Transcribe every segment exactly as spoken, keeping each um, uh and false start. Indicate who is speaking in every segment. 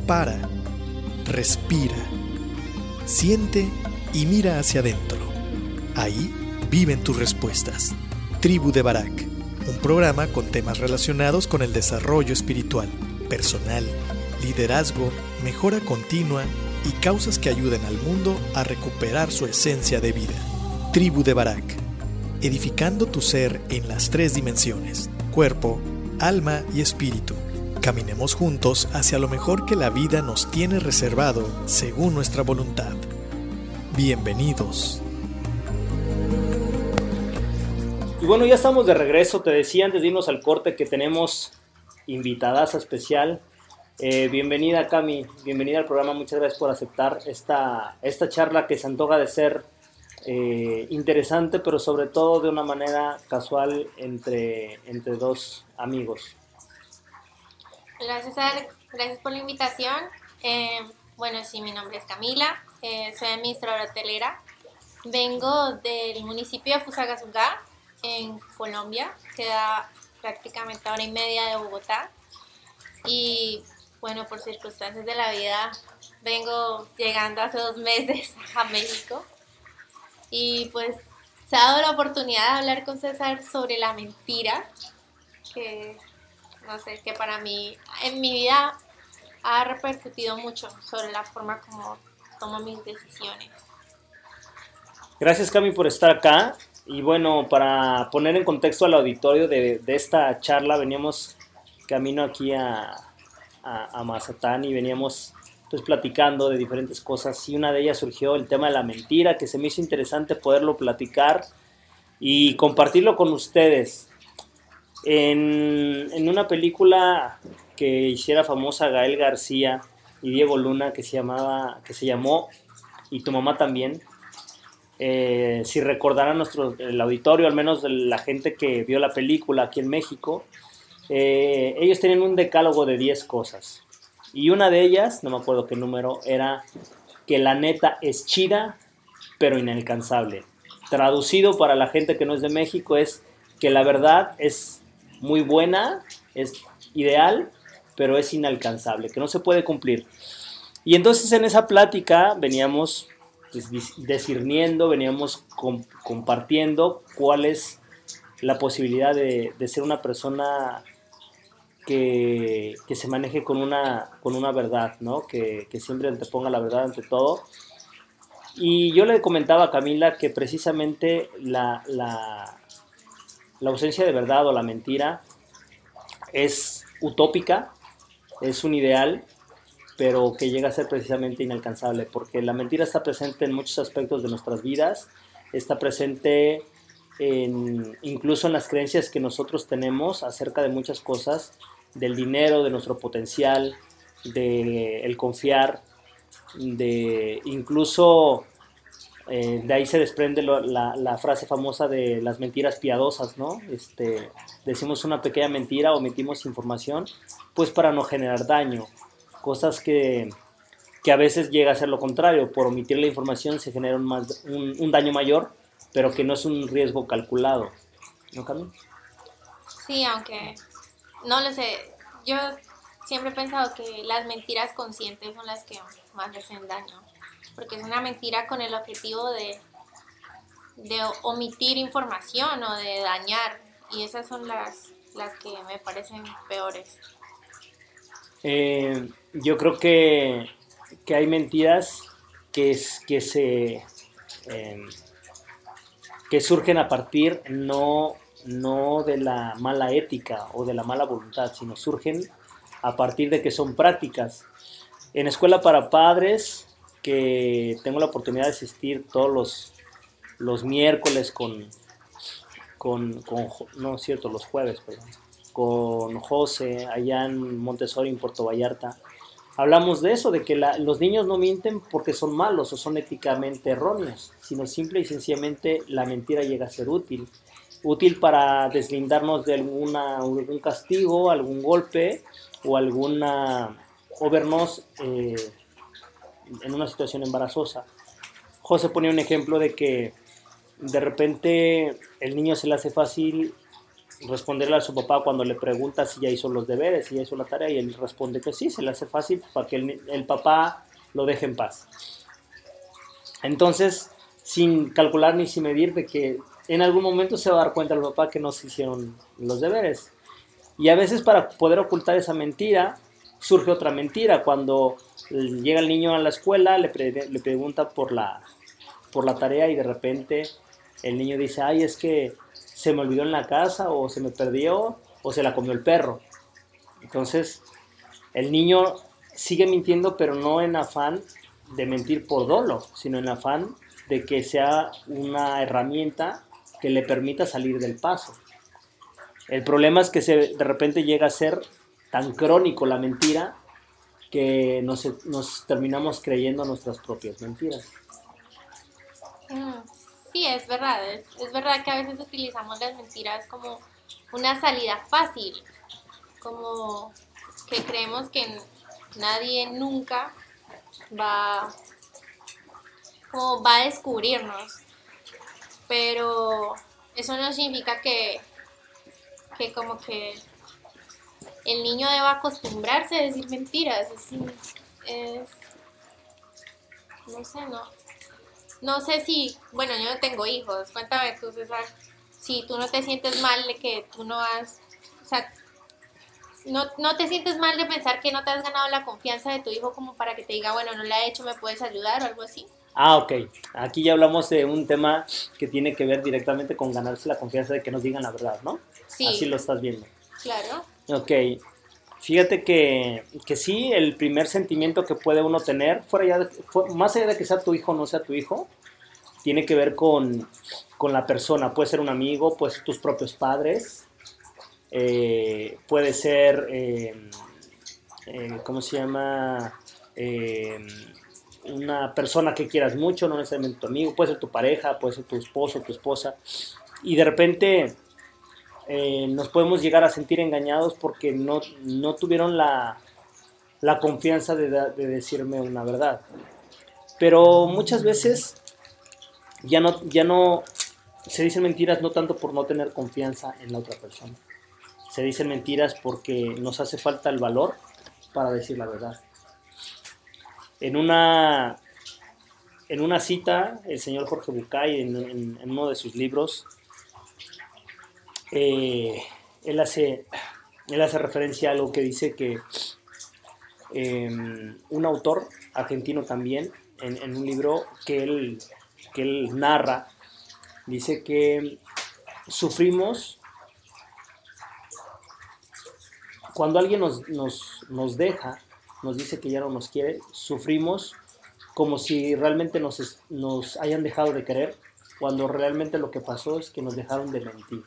Speaker 1: Para, respira, siente y mira hacia adentro. Ahí viven tus respuestas. Tribu de Barak, un programa con temas relacionados con el desarrollo espiritual, personal, liderazgo, mejora continua y causas que ayuden al mundo a recuperar su esencia de vida. Tribu de Barak, edificando tu ser en las tres dimensiones, cuerpo, alma y espíritu. Caminemos juntos hacia lo mejor que la vida nos tiene reservado según nuestra voluntad. Bienvenidos.
Speaker 2: Y bueno, ya estamos de regreso. Te decía antes de irnos al corte que tenemos invitadaza especial. Eh, bienvenida, Cami, bienvenida al programa. Muchas gracias por aceptar esta, esta charla que se antoja de ser eh, interesante, pero sobre todo de una manera casual entre, entre dos amigos.
Speaker 3: Gracias, Ar, gracias por la invitación. Eh, bueno, sí, mi nombre es Camila, eh, soy administradora hotelera. Vengo del municipio de Fusagasugá, en Colombia, queda prácticamente a hora y media de Bogotá. Y bueno, por circunstancias de la vida, vengo llegando hace dos meses a México. Y pues se ha dado la oportunidad de hablar con César sobre la mentira, que no sé, que para mí, en mi vida, ha repercutido mucho sobre la forma como tomo mis decisiones.
Speaker 2: Gracias, Cami, por estar acá. Y bueno, para poner en contexto al auditorio de, de esta charla, veníamos camino aquí a, a, a Mazatlán y veníamos pues platicando de diferentes cosas, y una de ellas surgió el tema de la mentira, que se me hizo interesante poderlo platicar y compartirlo con ustedes. En, en una película que hiciera famosa Gael García y Diego Luna, que se llamaba, que se llamó Y tu mamá también, eh, si recordarán nuestro, el auditorio, al menos la gente que vio la película aquí en México, eh, ellos tenían un decálogo de diez cosas. Y una de ellas, no me acuerdo qué número, era que la neta es chida, pero inalcanzable. Traducido para la gente que no es de México es que la verdad es muy buena, es ideal, pero es inalcanzable, que no se puede cumplir. Y entonces en esa plática veníamos pues, discerniendo, veníamos com- compartiendo cuál es la posibilidad de, de ser una persona que, que se maneje con una, con una verdad, ¿no? Que, que siempre anteponga la verdad ante todo. Y yo le comentaba a Camila que precisamente la, la, la ausencia de verdad o la mentira es utópica, es un ideal, pero que llega a ser precisamente inalcanzable, porque la mentira está presente en muchos aspectos de nuestras vidas, está presente en, incluso en las creencias que nosotros tenemos acerca de muchas cosas, del dinero, de nuestro potencial, de el confiar, de incluso eh, de ahí se desprende lo, la, la frase famosa de las mentiras piadosas, ¿no? Este, decimos una pequeña mentira, omitimos información, pues para no generar daño, cosas que, que a veces llega a ser lo contrario, por omitir la información se genera un, más, un, un daño mayor, pero que no es un riesgo calculado, ¿no, Carmen?
Speaker 3: Sí, aunque no lo sé, yo siempre he pensado que las mentiras conscientes son las que más hacen daño, porque es una mentira con el objetivo de, de omitir información o de dañar, y esas son las, las que me parecen peores.
Speaker 2: Eh, yo creo que, que hay mentiras que, es, que se eh, que surgen a partir no, no de la mala ética o de la mala voluntad, sino surgen a partir de que son prácticas. En Escuela para Padres, que tengo la oportunidad de asistir todos los, los miércoles con, con, con, no es cierto, los jueves, perdón, con José, allá en Montessori, en Puerto Vallarta, hablamos de eso, de que la, los niños no mienten porque son malos o son éticamente erróneos, sino simple y sencillamente la mentira llega a ser útil. Útil para deslindarnos de alguna, algún castigo, algún golpe o alguna o vernos eh, en una situación embarazosa. José ponía un ejemplo de que de repente el niño se le hace fácil responderle a su papá cuando le pregunta si ya hizo los deberes, si ya hizo la tarea, y él responde que sí, se le hace fácil para que el, el papá lo deje en paz. Entonces, sin calcular ni sin medir, de que en algún momento se va a dar cuenta el papá que no se hicieron los deberes. Y a veces, para poder ocultar esa mentira, surge otra mentira. Cuando llega el niño a la escuela, le, pre le pregunta por la, por la tarea, y de repente el niño dice, ay, es que se me olvidó en la casa, o se me perdió, o se la comió el perro. Entonces, el niño sigue mintiendo, pero no en afán de mentir por dolo, sino en afán de que sea una herramienta que le permita salir del paso. El problema es que se, de repente llega a ser tan crónico la mentira que nos, nos terminamos creyendo nuestras propias mentiras.
Speaker 3: Mm, sí, es verdad. Es, es verdad que a veces utilizamos las mentiras como una salida fácil, como que creemos que nadie nunca va, como va a descubrirnos, pero eso no significa que, que como que el niño deba acostumbrarse a decir mentiras. Es, es no sé, no no sé si, bueno, yo no tengo hijos, cuéntame tú, César, si tú no te sientes mal de que tú no has, o sea, No, no te sientes mal de pensar que no te has ganado la confianza de tu hijo como para que te diga, bueno, no la he hecho, ¿me puedes ayudar o algo así?
Speaker 2: Ah, ok. Aquí ya hablamos de un tema que tiene que ver directamente con ganarse la confianza de que nos digan la verdad, ¿no?
Speaker 3: Sí.
Speaker 2: Así lo estás viendo.
Speaker 3: Claro.
Speaker 2: Ok. Fíjate que, que sí, el primer sentimiento que puede uno tener, fuera ya de, más allá de que sea tu hijo o no sea tu hijo, tiene que ver con, con la persona. Puede ser un amigo, puede ser tus propios padres, Eh, puede ser, eh, eh, ¿cómo se llama? Eh, una persona que quieras mucho, no necesariamente tu amigo, puede ser tu pareja, puede ser tu esposo, tu esposa, y de repente eh, nos podemos llegar a sentir engañados porque no, no tuvieron la, la confianza de, de decirme una verdad. Pero muchas veces ya no, ya no se dicen mentiras no tanto por no tener confianza en la otra persona. Se dicen mentiras porque nos hace falta el valor para decir la verdad. En una, en una cita, el señor Jorge Bucay, en, en, en uno de sus libros, eh, él, hace, él hace referencia a algo que dice que eh, un autor argentino también, en, en un libro que él, que él narra, dice que sufrimos cuando alguien nos, nos, nos deja, nos dice que ya no nos quiere, sufrimos como si realmente nos, nos hayan dejado de querer, cuando realmente lo que pasó es que nos dejaron de mentir.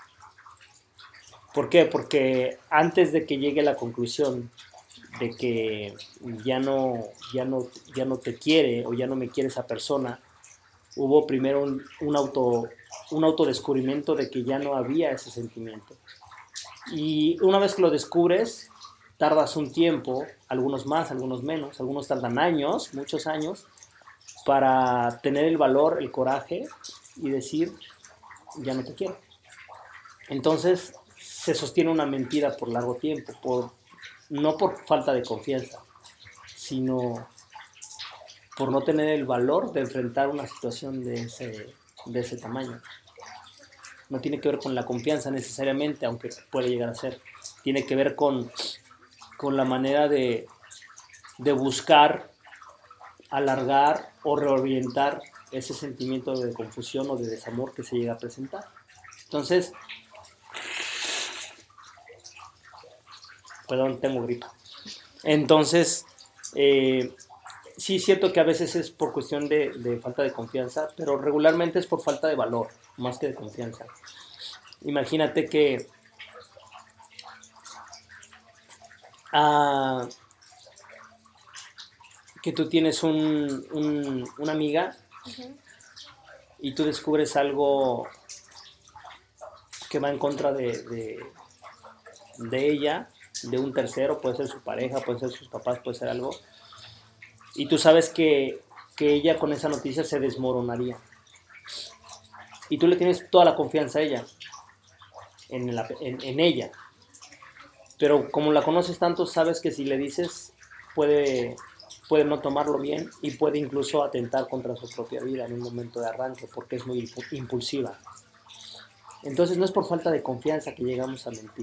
Speaker 2: ¿Por qué? Porque antes de que llegue la conclusión de que ya no, ya no, ya no te quiere o ya no me quiere esa persona, hubo primero un, un, auto, un autodescubrimiento de que ya no había ese sentimiento. Y una vez que lo descubres, tardas un tiempo, algunos más, algunos menos, algunos tardan años, muchos años, para tener el valor, el coraje y decir, ya no te quiero. Entonces se sostiene una mentira por largo tiempo, por, no por falta de confianza, sino por no tener el valor de enfrentar una situación de ese, de ese tamaño. No tiene que ver con la confianza necesariamente, aunque puede llegar a ser. Tiene que ver con, con la manera de, de buscar, alargar o reorientar ese sentimiento de confusión o de desamor que se llega a presentar. Entonces, perdón, tengo gripa. Entonces, eh, sí es cierto que a veces es por cuestión de, de falta de confianza, pero regularmente es por falta de valor, más que de confianza. Imagínate que uh, que tú tienes un, un, una amiga uh-huh. y tú descubres algo que va en contra de, de, de ella, de un tercero, puede ser su pareja, puede ser sus papás, puede ser algo, y tú sabes que, que ella con esa noticia se desmoronaría. Y tú le tienes toda la confianza a ella. en, la, en, en ella. Pero como la conoces tanto, sabes que si le dices puede, puede no tomarlo bien y puede incluso atentar contra su propia vida en un momento de arranque porque es muy impulsiva. Entonces no es por falta de confianza que llegamos a mentir,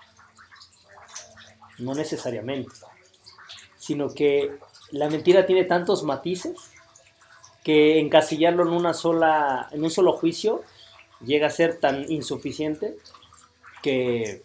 Speaker 2: no necesariamente, sino que la mentira tiene tantos matices que encasillarlo en una sola, en un solo juicio llega a ser tan insuficiente que,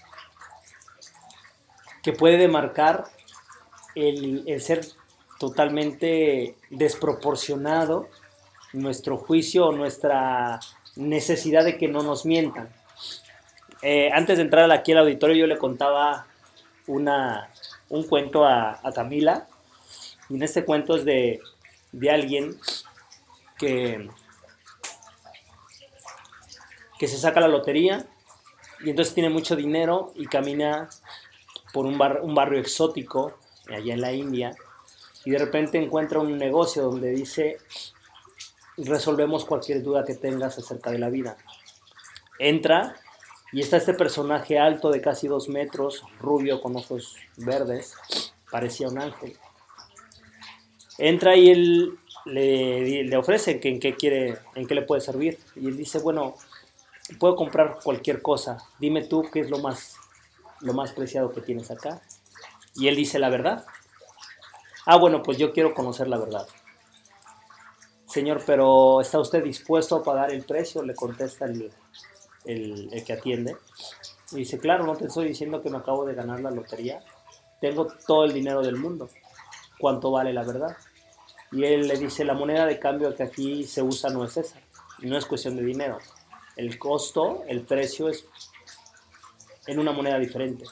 Speaker 2: que puede demarcar el, el ser totalmente desproporcionado nuestro juicio o nuestra necesidad de que no nos mientan. Eh, antes de entrar aquí al auditorio yo le contaba una, un cuento a, a Camila, y en este cuento es de, de alguien que, que se saca la lotería y entonces tiene mucho dinero y camina por un, bar, un barrio exótico allá en la India y de repente encuentra un negocio donde dice: resolvemos cualquier duda que tengas acerca de la vida. Entra y está este personaje alto de casi dos metros, rubio con ojos verdes, parecía un ángel. Entra y él le, le ofrece que en qué quiere, en qué le puede servir. Y él dice: bueno, puedo comprar cualquier cosa. Dime tú qué es lo más, lo más preciado que tienes acá. Y él dice: la verdad. Ah, bueno, pues yo quiero conocer la verdad. Señor, pero ¿está usted dispuesto a pagar el precio? Le contesta el, el, el que atiende. Y dice: claro, no te estoy diciendo que me acabo de ganar la lotería. Tengo todo el dinero del mundo. ¿Cuánto vale la verdad? Y él le dice: la moneda de cambio que aquí se usa no es esa. No es cuestión de dinero. El costo, el precio es en una moneda diferente.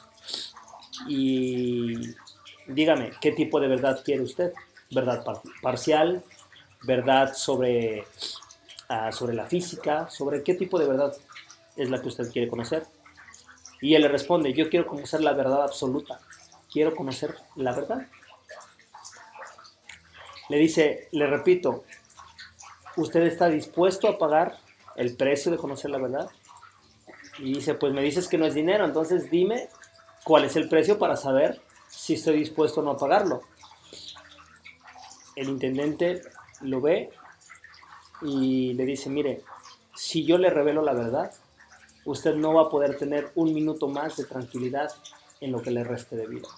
Speaker 2: Y dígame, ¿qué tipo de verdad quiere usted? ¿Verdad par- parcial? ¿Verdad sobre, uh, sobre la física? ¿Sobre qué tipo de verdad es la que usted quiere conocer? Y él le responde: yo quiero conocer la verdad absoluta. Quiero conocer la verdad. Le dice, le repito, ¿usted está dispuesto a pagar el precio de conocer la verdad? Y dice: pues me dices que no es dinero, entonces dime cuál es el precio para saber si estoy dispuesto o no a pagarlo. El intendente lo ve y le dice: mire, si yo le revelo la verdad, usted no va a poder tener un minuto más de tranquilidad en lo que le reste de vida.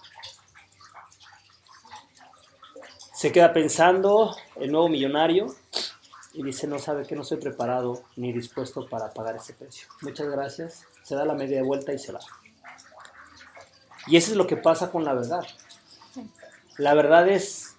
Speaker 2: Se queda pensando el nuevo millonario y dice: no sabe que no estoy preparado ni dispuesto para pagar ese precio. Muchas gracias. Se da la media vuelta y se va. Y eso es lo que pasa con la verdad. La verdad es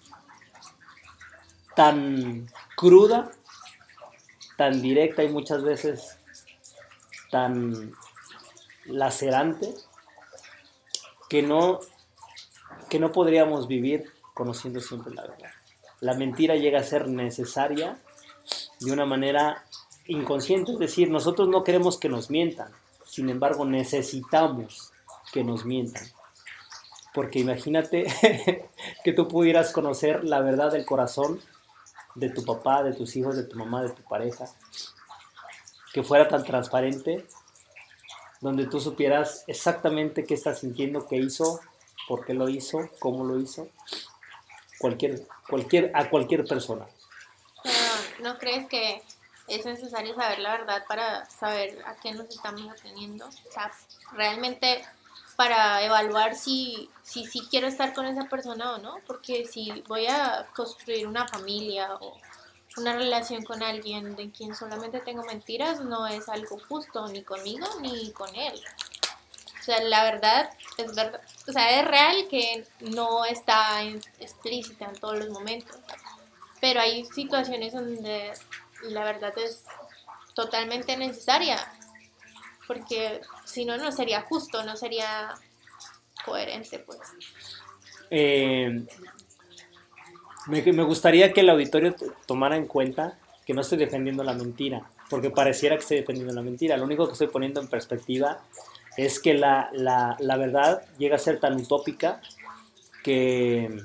Speaker 2: tan cruda, tan directa y muchas veces tan lacerante que no, que no podríamos vivir conociendo siempre la verdad. La mentira llega a ser necesaria de una manera inconsciente, es decir, nosotros no queremos que nos mientan, sin embargo necesitamos que nos mientan. Porque imagínate que tú pudieras conocer la verdad del corazón de tu papá, de tus hijos, de tu mamá, de tu pareja, que fuera tan transparente, donde tú supieras exactamente qué está sintiendo, qué hizo, por qué lo hizo, cómo lo hizo, cualquier, cualquier, a cualquier persona.
Speaker 3: Pero, ¿no crees que es necesario saber la verdad para saber a qué nos estamos ateniendo? O sea, realmente para evaluar si, si, si quiero estar con esa persona o no, porque si voy a construir una familia o una relación con alguien de quien solamente tengo mentiras, no es algo justo ni conmigo ni con él. O sea, la verdad es verdad, o sea, es real que no está explícita en todos los momentos, pero hay situaciones donde la verdad es totalmente necesaria, porque si no, no sería justo, no sería coherente, pues.
Speaker 2: Eh, me, me gustaría que el auditorio tomara en cuenta que no estoy defendiendo la mentira, porque pareciera que estoy defendiendo la mentira. Lo único que estoy poniendo en perspectiva es que la, la, la verdad llega a ser tan utópica que,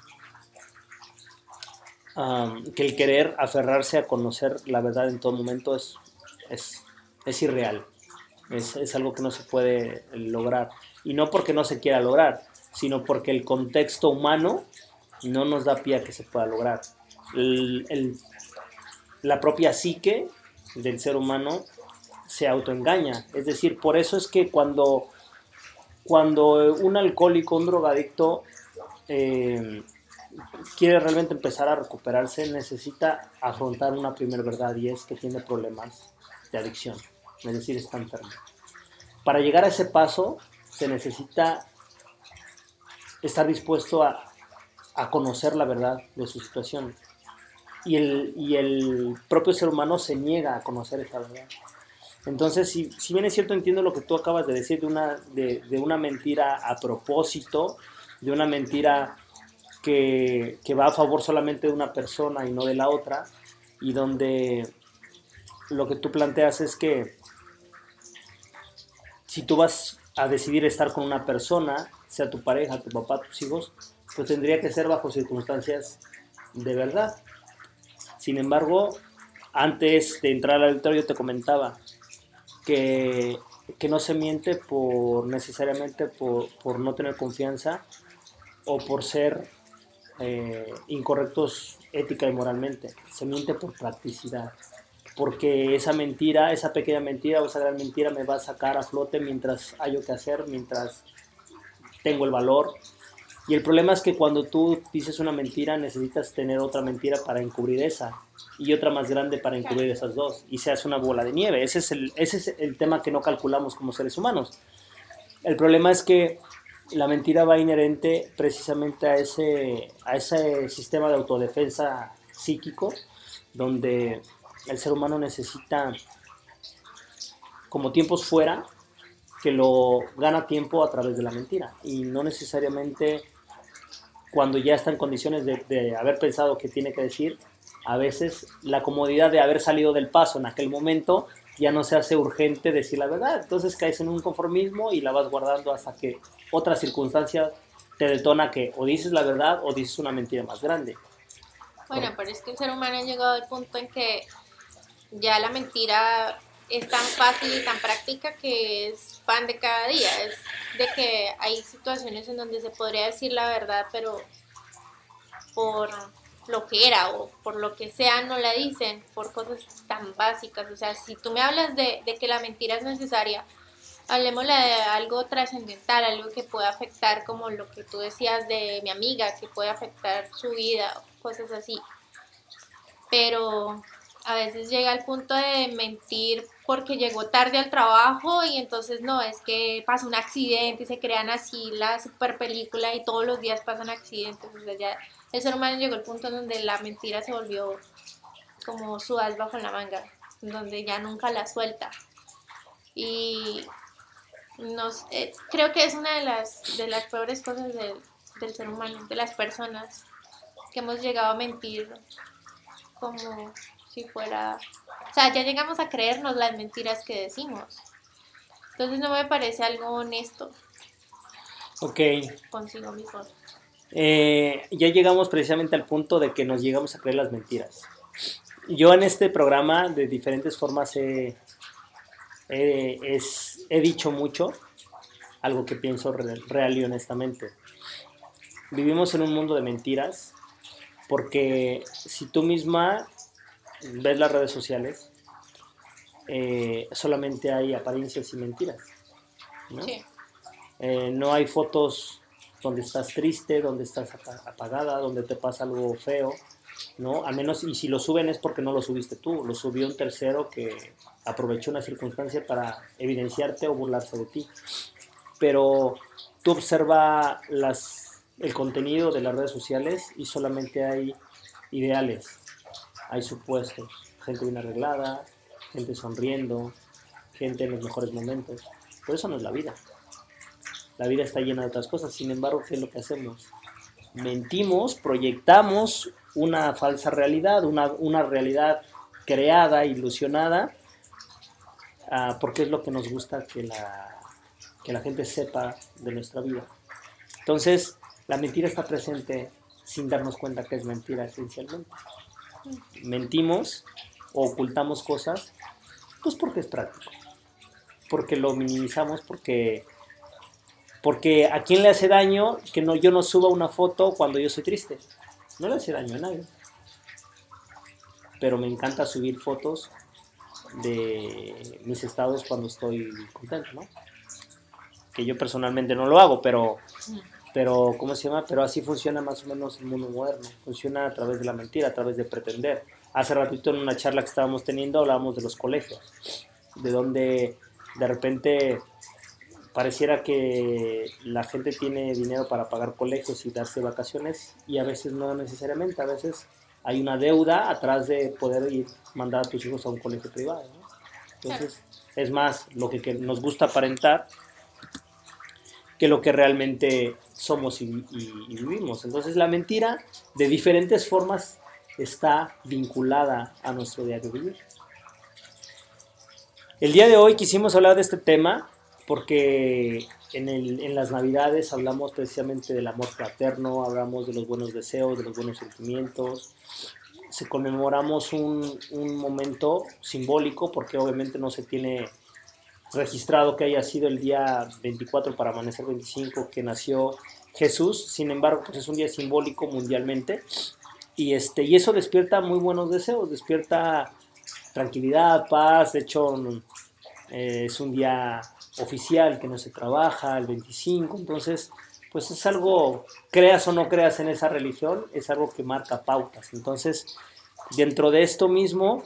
Speaker 2: um, que el querer aferrarse a conocer la verdad en todo momento es, es, es irreal. Es, es algo que no se puede lograr. Y no porque no se quiera lograr, sino porque el contexto humano no nos da pie a que se pueda lograr. El, el, la propia psique del ser humano se autoengaña. Es decir, por eso es que cuando, cuando un alcohólico, un drogadicto eh, quiere realmente empezar a recuperarse, necesita afrontar una primera verdad, y es que tiene problemas de adicción. Es decir, está enfermo. Para llegar a ese paso se necesita estar dispuesto a, a conocer la verdad de su situación. Y el, y el propio ser humano se niega a conocer esa verdad. Entonces, si, si bien es cierto, entiendo lo que tú acabas de decir de una, de, de una mentira a propósito, de una mentira que, que va a favor solamente de una persona y no de la otra, y donde lo que tú planteas es que si tú vas a decidir estar con una persona, sea tu pareja, tu papá, tus hijos, pues tendría que ser bajo circunstancias de verdad. Sin embargo, antes de entrar al auditorio te comentaba que, que no se miente por necesariamente por, por no tener confianza o por ser eh, incorrectos ética y moralmente. Se miente por practicidad. Porque esa mentira, esa pequeña mentira o esa gran mentira me va a sacar a flote mientras hay que hacer, mientras tengo el valor. Y el problema es que cuando tú dices una mentira necesitas tener otra mentira para encubrir esa y otra más grande para encubrir esas dos y se hace una bola de nieve. Ese es el, ese es el tema que no calculamos como seres humanos. El problema es que la mentira va inherente precisamente a ese, a ese sistema de autodefensa psíquico donde el ser humano necesita como tiempos fuera que lo gana tiempo a través de la mentira y no necesariamente cuando ya está en condiciones de, de haber pensado que tiene que decir. A veces la comodidad de haber salido del paso en aquel momento ya no se hace urgente decir la verdad, entonces caes en un conformismo y la vas guardando hasta que otra circunstancia te detona que o dices la verdad o dices una mentira más grande.
Speaker 3: Bueno, pero es que el ser humano ha llegado al punto en que ya la mentira es tan fácil y tan práctica que es pan de cada día. Es de que hay situaciones en donde se podría decir la verdad, pero por lo que era o por lo que sea no la dicen, por cosas tan básicas. O sea, si tú me hablas de, de que la mentira es necesaria, hablemosle de algo trascendental, algo que pueda afectar, como lo que tú decías de mi amiga, que puede afectar su vida, cosas así. Pero a veces llega al punto de mentir porque llegó tarde al trabajo y entonces no, es que pasó un accidente y se crean así la super película y todos los días pasan accidentes. O sea, ya el ser humano llegó al punto en donde la mentira se volvió como su as bajo la manga, donde ya nunca la suelta. Y nos, eh, creo que es una de las, de las peores cosas del, del ser humano, de las personas, que hemos llegado a mentir como si fuera... O sea, ya llegamos a creernos las mentiras que decimos. Entonces no me parece algo honesto.
Speaker 2: Ok.
Speaker 3: Consigo mismo.
Speaker 2: Eh, ya llegamos precisamente al punto de que nos llegamos a creer las mentiras. Yo en este programa de diferentes formas he, he, es, he dicho mucho, algo que pienso real y honestamente. Vivimos en un mundo de mentiras porque si tú misma ves las redes sociales, eh, solamente hay apariencias y mentiras, ¿no? Sí. Eh, no hay fotos donde estás triste, donde estás apagada, donde te pasa algo feo, ¿no? A menos, y si lo suben es porque no lo subiste tú, lo subió un tercero que aprovechó una circunstancia para evidenciarte o burlarse de ti. Pero tú observa las, el contenido de las redes sociales y solamente hay ideales, hay supuestos, gente bien arreglada, gente sonriendo, gente en los mejores momentos. Pero eso no es la vida. La vida está llena de otras cosas. Sin embargo, ¿qué es lo que hacemos? Mentimos, proyectamos una falsa realidad, una, una realidad creada, ilusionada, uh, porque es lo que nos gusta que la, que la gente sepa de nuestra vida. Entonces, la mentira está presente sin darnos cuenta que es mentira esencialmente. Mentimos o ocultamos cosas, pues porque es práctico. porque lo minimizamos, porque, porque ¿a quién le hace daño que no, yo no suba una foto cuando yo soy triste? No le hace daño a nadie. Pero me encanta subir fotos de mis estados cuando estoy contento, ¿no? Que yo personalmente no lo hago, pero, pero ¿cómo se llama? Pero así funciona más o menos el mundo moderno. Funciona a través de la mentira, a través de pretender. Hace ratito en una charla que estábamos teniendo hablábamos de los colegios, de donde de repente pareciera que la gente tiene dinero para pagar colegios y darse vacaciones, y a veces no necesariamente, a veces hay una deuda atrás de poder ir mandar a tus hijos a un colegio privado, ¿no? Entonces, es más lo que, que nos gusta aparentar que lo que realmente somos y, y, y vivimos. Entonces, la mentira de diferentes formas está vinculada a nuestro diario vivir. El día de hoy quisimos hablar de este tema porque en, el, en las Navidades hablamos precisamente del amor fraterno, hablamos de los buenos deseos, de los buenos sentimientos. Se conmemoramos un, un momento simbólico porque obviamente no se tiene registrado que haya sido el día veinticuatro para amanecer veinticinco que nació Jesús. Sin embargo, pues es un día simbólico mundialmente y, este, y eso despierta muy buenos deseos, despierta tranquilidad, paz. De hecho, eh, es un día oficial que no se trabaja, el veinticinco, entonces pues es algo, creas o no creas en esa religión, es algo que marca pautas. Entonces, dentro de esto mismo,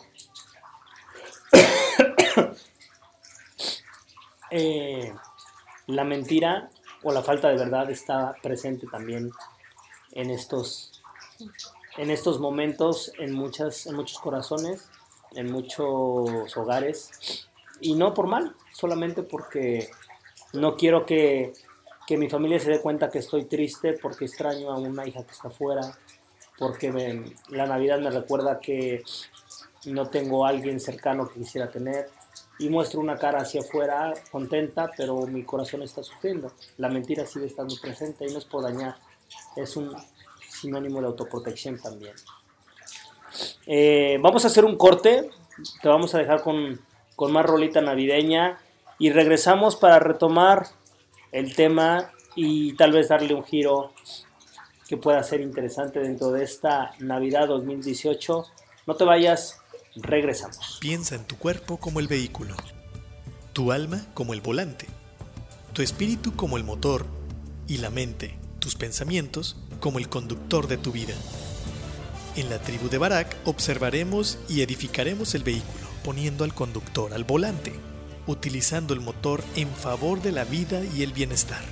Speaker 2: eh, la mentira o la falta de verdad está presente también en estos, en estos momentos, en, muchas, en muchos corazones, en muchos hogares, y no por mal, solamente porque no quiero que, que mi familia se dé cuenta que estoy triste porque extraño a una hija que está afuera, porque me, la Navidad me recuerda que no tengo a alguien cercano que quisiera tener, y muestro una cara hacia afuera contenta, pero mi corazón está sufriendo. La mentira sigue estando presente y no es por dañar, es un sinónimo de autoprotección también. Eh, vamos a hacer un corte, te vamos a dejar con, con más rolita navideña y regresamos para retomar el tema y tal vez darle un giro que pueda ser interesante dentro de esta Navidad dos mil dieciocho. No te vayas, regresamos.
Speaker 1: Piensa en tu cuerpo como el vehículo, tu alma como el volante, tu espíritu como el motor y la mente, tus pensamientos como el conductor de tu vida. En la tribu de Barak observaremos y edificaremos el vehículo, poniendo al conductor al volante, utilizando el motor en favor de la vida y el bienestar.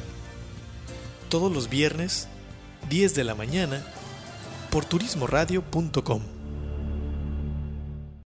Speaker 1: Todos los viernes, diez de la mañana, por turismo radio punto com.